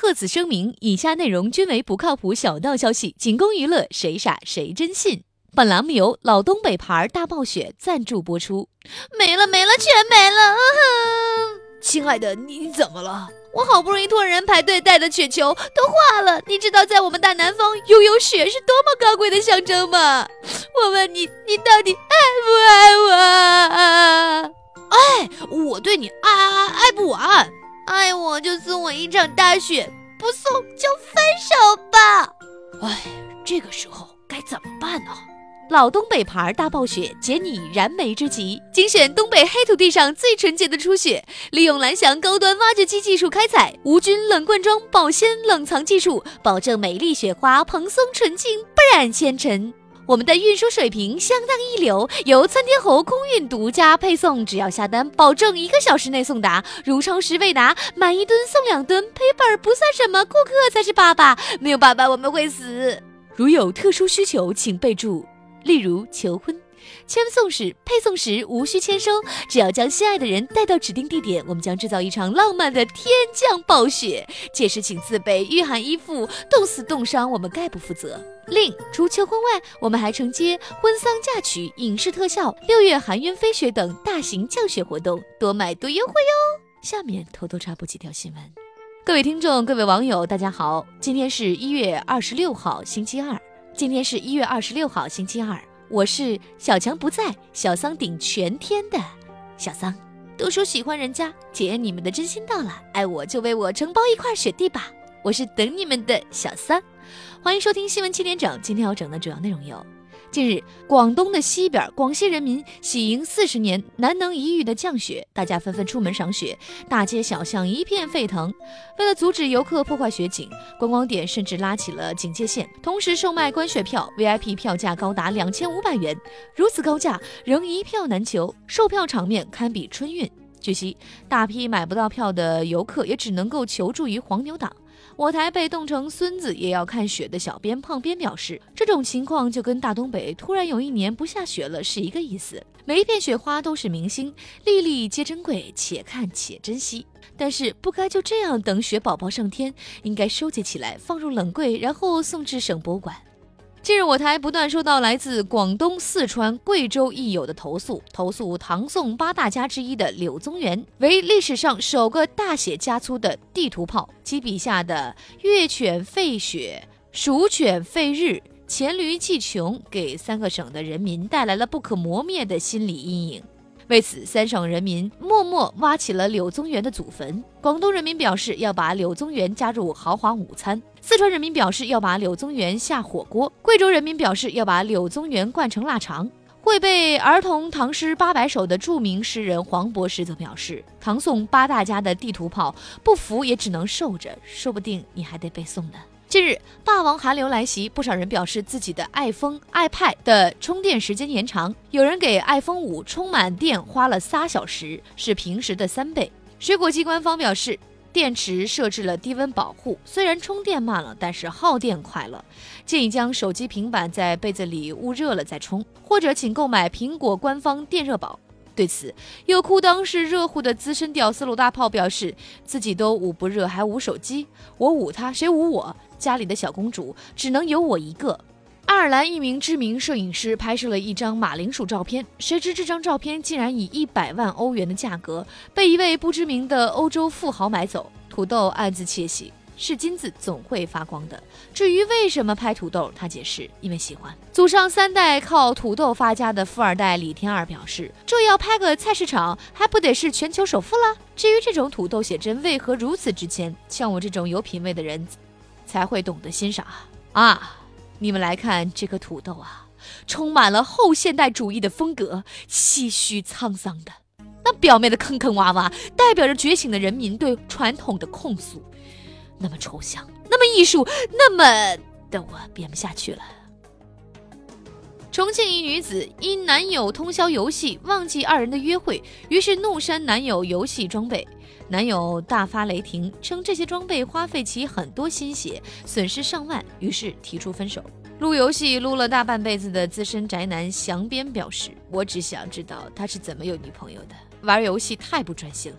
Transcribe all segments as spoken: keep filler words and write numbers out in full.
特此声明，以下内容均为不靠谱小道消息，仅供娱乐，谁傻谁真信。本栏目由老东北牌大暴雪赞助播出。没了没了，全没了！啊、 亲爱的，你怎么了？ 我好不容易托人排队带的雪球都化了。你知道在我们大南方拥有雪是多么高贵的象征吗？我问你，你到底爱不爱我啊？ 哎，我对你爱爱爱不完。 爱我就送我一场大雪，不送就分手吧。 哎，这个时候该怎么办呢？ 老东北牌大暴雪，解你燃眉之急，精选东北黑土地上最纯洁的初雪，利用蓝翔高端挖掘机技术开采，无菌冷灌装保鲜冷藏技术，保证美丽雪花蓬松纯净，不染纤尘。我们的运输水平相当一流，由窜天猴空运独家配送，只要下单，保证一个小时内送达。如超时未达，买一吨送两吨，赔本不算什么，顾客才是爸爸，没有爸爸我们会死。如有特殊需求，请备注。例如求婚，签送时、配送时无需签收，只要将心爱的人带到指定地点，我们将制造一场浪漫的天降暴雪。届时请自备御寒衣服，冻死冻伤我们概不负责。另除求婚外，我们还承接婚丧嫁娶、影视特效、六月含冤飞雪等大型降雪活动，多买多优惠哟。下面偷偷插播几条新闻。各位听众、各位网友，大家好，今天是一月二十六号，星期二。今天是一月二十六号，星期二。我是小强不在，小桑顶全天的小桑。都说喜欢人家，检验你们的真心到了，爱我就为我承包一块雪地吧。我是等你们的小桑。欢迎收听新闻七点整，今天要整的主要内容有：近日，广东的西边，广西人民喜迎四十年难能一遇的降雪，大家纷纷出门赏雪，大街小巷一片沸腾。为了阻止游客破坏雪景，观光点甚至拉起了警戒线，同时售卖观雪票 ，V I P 票价高达两千五百元，如此高价仍一票难求，售票场面堪比春运。据悉，大批买不到票的游客也只能够求助于黄牛党。我台被冻成孙子也要看雪的小编胖编表示，这种情况就跟大东北突然有一年不下雪了是一个意思。每一片雪花都是明星，粒粒皆珍贵，且看且珍惜。但是不该就这样等雪宝宝上天，应该收集起来放入冷柜，然后送至省博物馆。近日，我台不断收到来自广东、四川、贵州益友的投诉，投诉唐宋八大家之一的柳宗元为历史上首个大写加粗的地图炮，其笔下的越犬吠雪、蜀犬吠日、黔驴技穷，给三个省的人民带来了不可磨灭的心理阴影。为此，三省人民默默挖起了柳宗元的祖坟。广东人民表示要把柳宗元加入豪华午餐，四川人民表示要把柳宗元下火锅，贵州人民表示要把柳宗元灌成腊肠。会背儿童唐诗八百首的著名诗人黄博士则表示，唐宋八大家的地图炮不服也只能受着，说不定你还得背诵呢。近日，霸王寒流来袭，不少人表示自己的 iPhone、iPad 的充电时间延长，有人给 iPhone 五充满电花了仨小时，是平时的三倍。水果机官方表示，电池设置了低温保护，虽然充电慢了，但是耗电快了。建议将手机、平板在被子里捂热了再充，或者请购买苹果官方电热宝。对此，有裤裆是热乎的资深屌丝鲁大炮表示，自己都捂不热还捂手机，我捂他谁捂我？家里的小公主只能有我一个。爱尔兰一名知名摄影师拍摄了一张马铃薯照片，谁知这张照片竟然以一百万欧元的价格被一位不知名的欧洲富豪买走。土豆暗自窃喜，是金子总会发光的。至于为什么拍土豆，他解释，因为喜欢。祖上三代靠土豆发家的富二代李天二表示，这要拍个菜市场，还不得是全球首富了？至于这种土豆写真为何如此值钱，像我这种有品位的人才会懂得欣赏啊！你们来看这颗土豆啊，充满了后现代主义的风格，唏嘘沧桑的。那表面的坑坑洼洼，代表着觉醒的人民对传统的控诉。那么抽象，那么艺术，那么的我编不下去了。重庆一女子因男友通宵游戏忘记二人的约会，于是怒删男友游戏装备。男友大发雷霆，称这些装备花费其很多心血，损失上万，于是提出分手。撸游戏撸了大半辈子的资深宅男详边表示，我只想知道他是怎么有女朋友的，玩游戏太不专心了。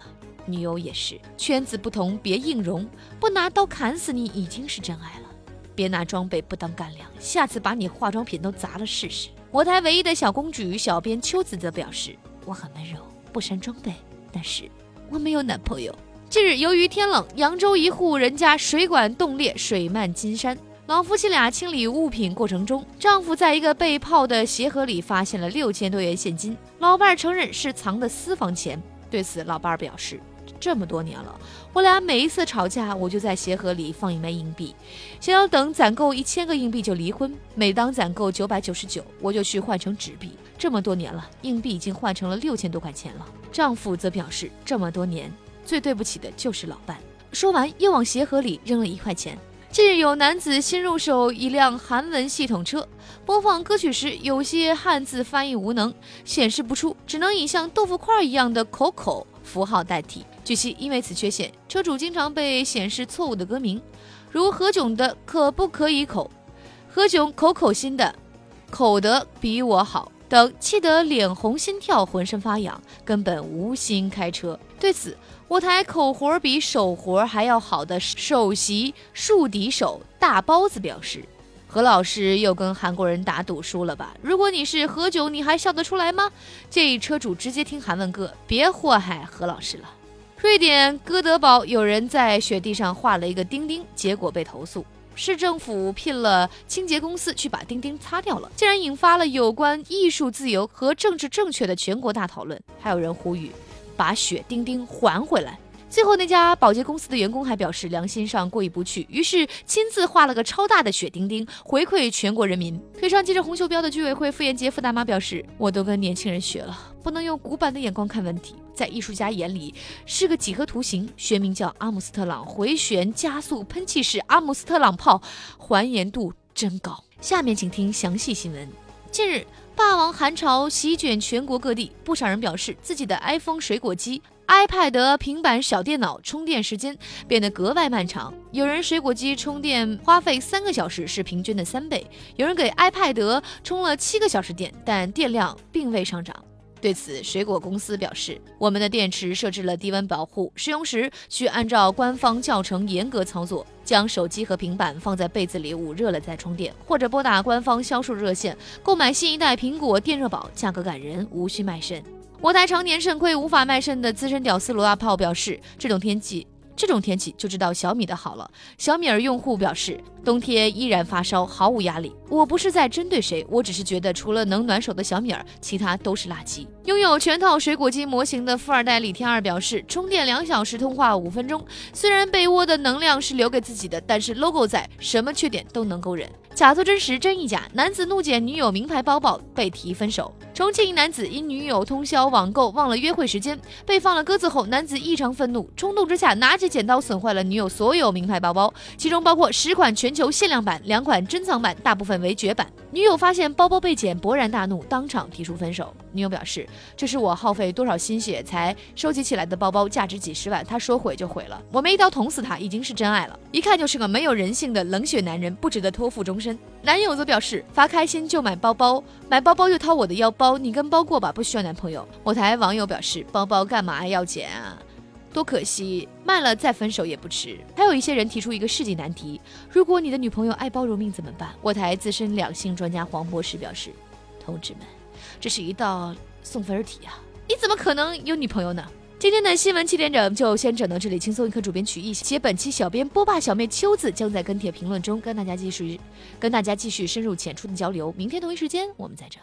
女友也是，圈子不同别硬融，不拿刀砍死你已经是真爱了。别拿装备不当干粮，下次把你化妆品都砸了试试。我台唯一的小公举小编秋子则表示，我很温柔，不删装备，但是我没有男朋友。近日，由于天冷，扬州一户人家水管冻裂，水漫金山。老夫妻俩清理物品过程中，丈夫在一个被泡的鞋盒里发现了六千多元现金，老伴儿承认是藏的私房钱。对此，老伴儿表示，这么多年了，我俩每一次吵架，我就在鞋盒里放一枚硬币，想要等攒够一千个硬币就离婚。每当攒够九百九十九，我就去换成纸币。这么多年了，硬币已经换成了六千多块钱了。丈夫则表示，这么多年最对不起的就是老伴。说完，又往鞋盒里扔了一块钱。近日有男子新入手一辆韩文系统车，播放歌曲时有些汉字翻译无能，显示不出，只能以像豆腐块一样的口口符号代替。据悉，因为此缺陷，车主经常被显示错误的歌名，如何炅的可不可以口，何炅口口心的口德比我好等，气得脸红心跳，浑身发痒，根本无心开车。对此，我台口活比手活还要好的首席竖笛手大包子表示，何老师又跟韩国人打赌输了吧？如果你是何炅，你还笑得出来吗？建议车主直接听韩文歌，别祸害何老师了。瑞典哥德堡有人在雪地上画了一个钉钉，结果被投诉，市政府聘了清洁公司去把钉钉擦掉了，竟然引发了有关艺术自由和政治正确的全国大讨论。还有人呼吁把雪钉钉还回来。最后那家保洁公司的员工还表示良心上过意不去，于是亲自画了个超大的雪钉钉回馈全国人民。腿上系着红袖标的居委会妇炎洁傅大妈表示，我都跟年轻人学了，不能用古板的眼光看问题，在艺术家眼里是个几何图形，学名叫阿姆斯特朗回旋加速喷气式阿姆斯特朗炮，还原度真高。下面请听详细新闻。近日，霸王寒潮席卷全国各地，不少人表示自己的 iPhone 水果机、iPad 平板小电脑充电时间变得格外漫长，有人水果机充电花费三个小时是平均的三倍，有人给 iPad 充了七个小时电，但电量并未上涨。对此，水果公司表示，我们的电池设置了低温保护，使用时需按照官方教程严格操作，将手机和平板放在被子里捂热了再充电，或者拨打官方销售热线购买新一代苹果电热宝，价格感人，无需卖肾。我台常年肾亏无法卖肾的资深屌丝罗大炮表示，这种天气这种天气就知道小米的好了。小米儿用户表示，冬天依然发烧，毫无压力。我不是在针对谁，我只是觉得除了能暖手的小米儿，其他都是垃圾。拥有全套水果机模型的富二代李天二表示，充电两小时，通话五分钟。虽然被窝的能量是留给自己的，但是 logo 在，什么缺点都能够忍。假作真实，真亦假。男子怒捡女友名牌包包，被提分手。重庆一男子因女友通宵网购忘了约会时间，被放了鸽子后，男子异常愤怒，冲动之下拿起剪刀损坏了女友所有名牌包包，其中包括十款全球限量版、两款珍藏版，大部分为绝版。女友发现包包被捡，勃然大怒，当场提出分手。女友表示，这是我耗费多少心血才收集起来的包包，价值几十万，他说毁就毁了，我没一刀捅死他，已经是真爱了。一看就是个没有人性的冷血男人，不值得托付终身。男友则表示，发开心就买包包，买包包就掏我的腰包，你跟包过吧，不需要男朋友。我台网友表示，包包干嘛要捡啊，多可惜，卖了再分手也不迟。还有一些人提出一个世纪难题，如果你的女朋友爱包如命怎么办？我台资深两性专家黄博士表示，同志们，这是一道送分题啊，你怎么可能有女朋友呢？今天的新闻七点整就先整到这里，轻松一刻，主编曲艺且本期小编波霸小妹秋子将在跟帖评论中跟大家继续跟大家继续深入浅出的交流。明天同一时间我们再整。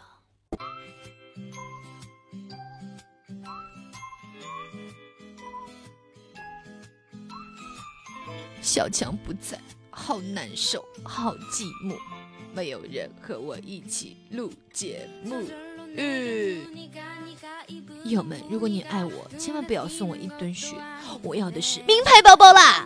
小强不在，好难受，好寂寞，没有人和我一起录节目。嗯，友们，如果你爱我，千万不要送我一吨血，我要的是名牌包包啦！